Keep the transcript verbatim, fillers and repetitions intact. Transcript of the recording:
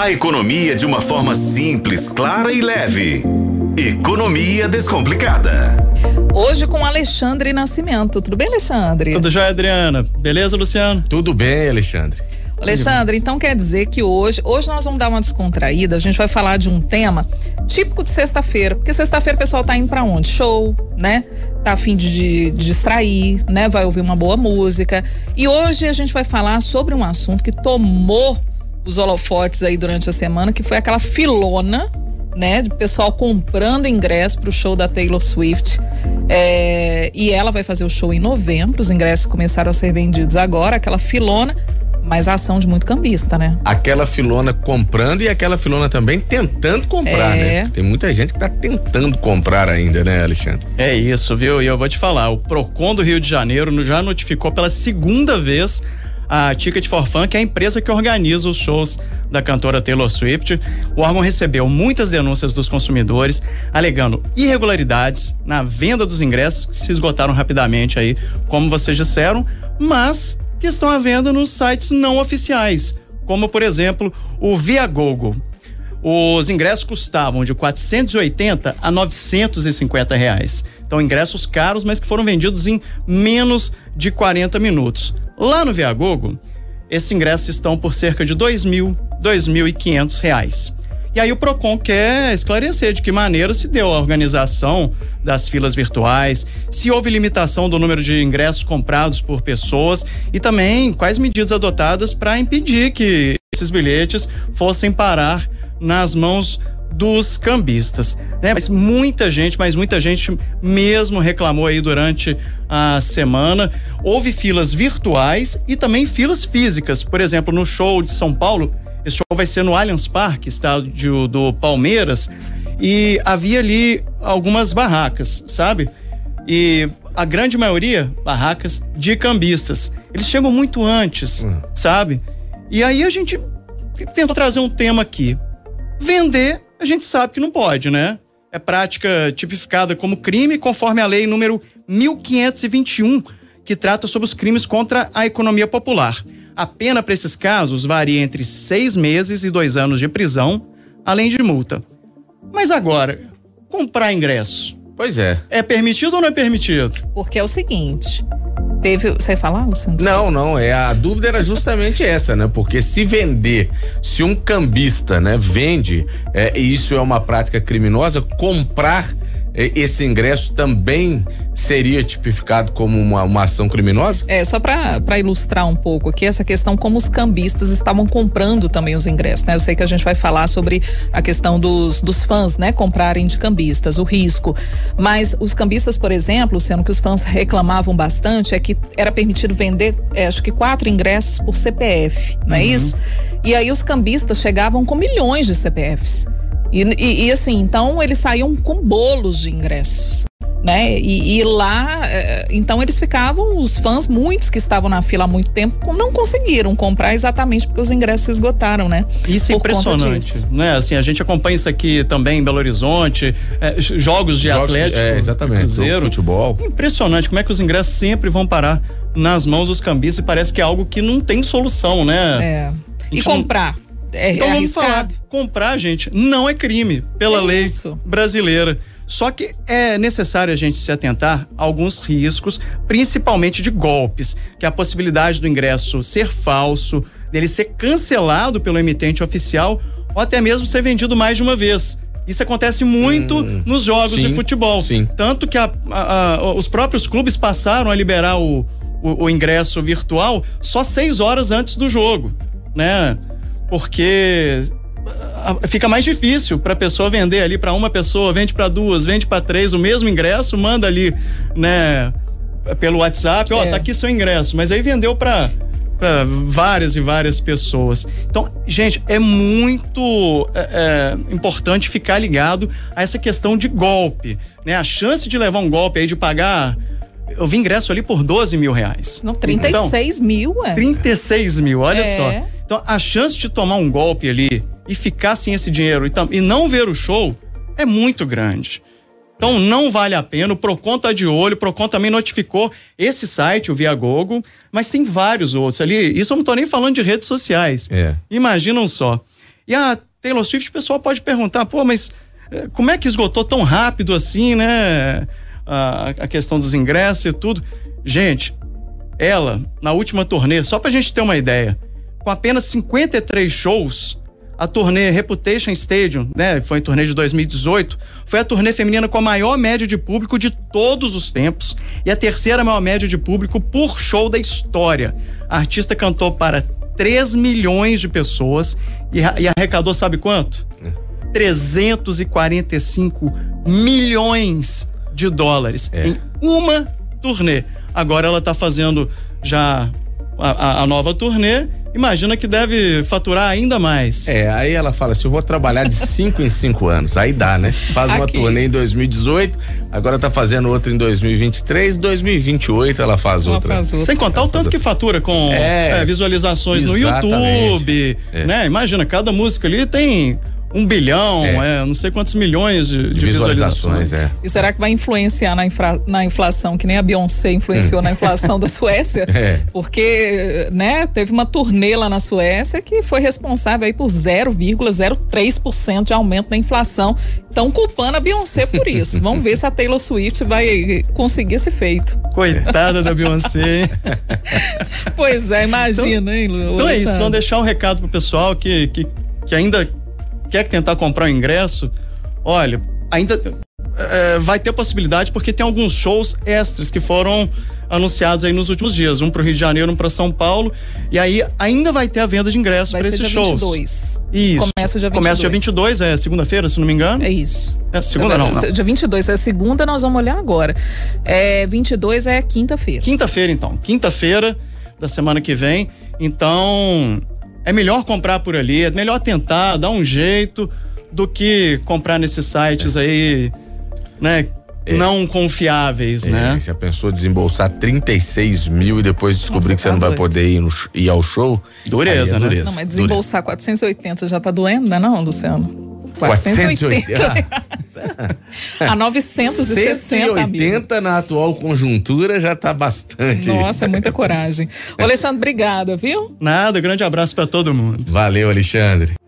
A economia de uma forma simples, clara e leve. Economia Descomplicada. Hoje com Alexandre Nascimento. Tudo bem, Alexandre? Tudo jóia, Adriana? Beleza, Luciano? Tudo bem, Alexandre. Alexandre, então quer dizer que hoje, hoje nós vamos dar uma descontraída, a gente vai falar de um tema típico de sexta-feira, porque sexta-feira o pessoal tá indo pra onde? Show, né? Tá a fim de, de, de distrair, né? Vai ouvir uma boa música. E hoje a gente vai falar sobre um assunto que tomou os holofotes aí durante a semana, que foi aquela filona, né? De pessoal comprando ingresso pro show da Taylor Swift. É, e ela vai fazer o show em novembro, os ingressos começaram a ser vendidos agora, aquela filona. Mas a ação de muito cambista, né? Aquela filona comprando e aquela filona também tentando comprar, é. né? Tem muita gente que tá tentando comprar ainda, né, Alexandre? É isso, viu? E eu vou te falar, o Procon do Rio de Janeiro já notificou pela segunda vez a Ticket for Fun, que é a empresa que organiza os shows da cantora Taylor Swift. O órgão recebeu muitas denúncias dos consumidores, alegando irregularidades na venda dos ingressos, que se esgotaram rapidamente aí, como vocês disseram, mas que estão à venda nos sites não oficiais, como por exemplo o Viagogo. Os ingressos custavam de quatrocentos e oitenta a novecentos e cinquenta reais. Então ingressos caros, mas que foram vendidos em menos de quarenta minutos. Lá no Viagogo, esses ingressos estão por cerca de dois mil, dois mil e quinhentos reais. E aí o Procon quer esclarecer de que maneira se deu a organização das filas virtuais, se houve limitação do número de ingressos comprados por pessoas e também quais medidas adotadas para impedir que esses bilhetes fossem parar nas mãos dos cambistas, né? Mas muita gente, mas muita gente mesmo reclamou aí durante a semana. Houve filas virtuais e também filas físicas. Por exemplo, no show de São Paulo, esse show vai ser no Allianz Parque, estádio do Palmeiras, e havia ali algumas barracas, sabe? E a grande maioria, barracas de cambistas. Eles chegam muito antes, uhum. sabe? E aí a gente tentou trazer um tema aqui. Vender, a gente sabe que não pode, né? É prática tipificada como crime conforme a lei número mil quinhentos e vinte e um, que trata sobre os crimes contra a economia popular. A pena para esses casos varia entre seis meses e dois anos de prisão, além de multa. Mas agora, comprar ingresso. Pois é. É permitido ou não é permitido? Porque é o seguinte, teve... Você ia falar, Luciano? Não, não, é, a dúvida era justamente essa, né? Porque se vender, se um cambista, né, vende, é, e isso é uma prática criminosa, comprar é, esse ingresso também seria tipificado como uma, uma ação criminosa? É, só para para ilustrar um pouco aqui essa questão, como os cambistas estavam comprando também os ingressos, né? Eu sei que a gente vai falar sobre a questão dos, dos fãs, né? Comprarem de cambistas, o risco. Mas os cambistas, por exemplo, sendo que os fãs reclamavam bastante, é que era permitido vender, é, acho que quatro ingressos por C P F, não é uhum. isso? E aí os cambistas chegavam com milhões de C P Fs. E, e, e assim, então eles saíam com bolos de ingressos, né? E, e lá, então eles ficavam, os fãs, muitos que estavam na fila há muito tempo, não conseguiram comprar exatamente porque os ingressos se esgotaram, né? Isso é impressionante, né? Assim, a gente acompanha isso aqui também em Belo Horizonte, é, jogos de jogos, Atlético, é, exatamente, Cruzeiro, futebol. Impressionante como é que os ingressos sempre vão parar nas mãos dos cambistas e parece que é algo que não tem solução, né? É. E comprar? Não... É, então é vamos falar, comprar, gente, não é crime pela é lei isso. brasileira. Só que é necessário a gente se atentar a alguns riscos, principalmente de golpes, que é a possibilidade do ingresso ser falso, dele ser cancelado pelo emitente oficial ou até mesmo ser vendido mais de uma vez. Isso acontece muito hum, nos jogos sim, de futebol. Sim. Tanto que a, a, a, os próprios clubes passaram a liberar o, o, o ingresso virtual só seis horas antes do jogo, né? Porque fica mais difícil para a pessoa vender ali para uma pessoa, vende para duas, vende para três, o mesmo ingresso, manda ali, né, pelo WhatsApp, ó, é. tá aqui seu ingresso, mas aí vendeu para para várias e várias pessoas. Então, gente, é muito é, é, importante ficar ligado a essa questão de golpe, né? A chance de levar um golpe aí, de pagar, eu vi ingresso ali por doze mil reais. Não, trinta e seis então, mil, é? trinta e seis mil, olha é. só. Então, a chance de tomar um golpe ali e ficar sem esse dinheiro e, tam, e não ver o show é muito grande. Então, não vale a pena. O Procon tá de olho. O Procon também notificou esse site, o Viagogo, mas tem vários outros ali. Isso eu não tô nem falando de redes sociais. É. Imaginam só. E a Taylor Swift, o pessoal pode perguntar, pô, mas como é que esgotou tão rápido assim, né? A, a questão dos ingressos e tudo. Gente, ela, na última turnê, só pra gente ter uma ideia, com apenas cinquenta e três shows, a turnê Reputation Stadium, né? Foi a turnê de dois mil e dezoito, foi a turnê feminina com a maior média de público de todos os tempos e a terceira maior média de público por show da história. A artista cantou para três milhões de pessoas e, e arrecadou, sabe quanto? trezentos e quarenta e cinco milhões de dólares é. em uma turnê. Agora ela tá fazendo já a, a, a nova turnê. Imagina que deve faturar ainda mais. É, aí ela fala assim, eu vou trabalhar de cinco em cinco anos, aí dá, né? Faz uma Aqui. turnê em dois mil e dezoito, agora tá fazendo outra em dois mil e vinte e três, dois mil e vinte e oito ela faz, ela outra. faz outra. Sem contar ela o tanto que fatura com é, é, visualizações exatamente. no YouTube, é. né? Imagina, cada música ali tem um bilhão, é. É, não sei quantos milhões de, de, de visualizações. visualizações é. E será que vai influenciar na, infra, na inflação, que nem a Beyoncé influenciou na inflação da Suécia? É. Porque, né, teve uma turnê lá na Suécia que foi responsável aí por zero vírgula zero três por cento de aumento na inflação. Estão culpando a Beyoncé por isso. Vamos ver se a Taylor Swift vai conseguir esse feito. Coitada da Beyoncé. Pois é, imagina, então, hein, Lu? Então é isso, então deixar um recado pro pessoal que, que, que ainda quer tentar comprar o ingresso, olha, ainda é, vai ter possibilidade porque tem alguns shows extras que foram anunciados aí nos últimos dias, um pro Rio de Janeiro, um pra São Paulo, e aí ainda vai ter a venda de ingressos para esses shows. vinte e dois. Isso. Começa dia vinte e dois. Começa dia vinte e dois, é segunda-feira, se não me engano. É isso. É segunda não, não. Dia vinte e dois é segunda, nós vamos olhar agora. É, vinte e dois é quinta-feira. Quinta-feira então, quinta-feira da semana que vem, então é melhor comprar por ali, é melhor tentar, dar um jeito do que comprar nesses sites é. aí, né, é. não confiáveis, é. né? Já pensou desembolsar trinta e seis mil e depois descobrir Nossa, que você tá não vai doido. poder ir, no, ir ao show? Dureza, é né? Dureza. Não, mas desembolsar dureza. quatrocentos e oitenta já tá doendo, né não, Luciano? quatrocentos e oitenta a novecentos e sessenta cento e oitenta na atual conjuntura já tá bastante. Nossa, é muita coragem. Ô, Alexandre, obrigada, viu? Nada, grande abraço para todo mundo. Valeu, Alexandre.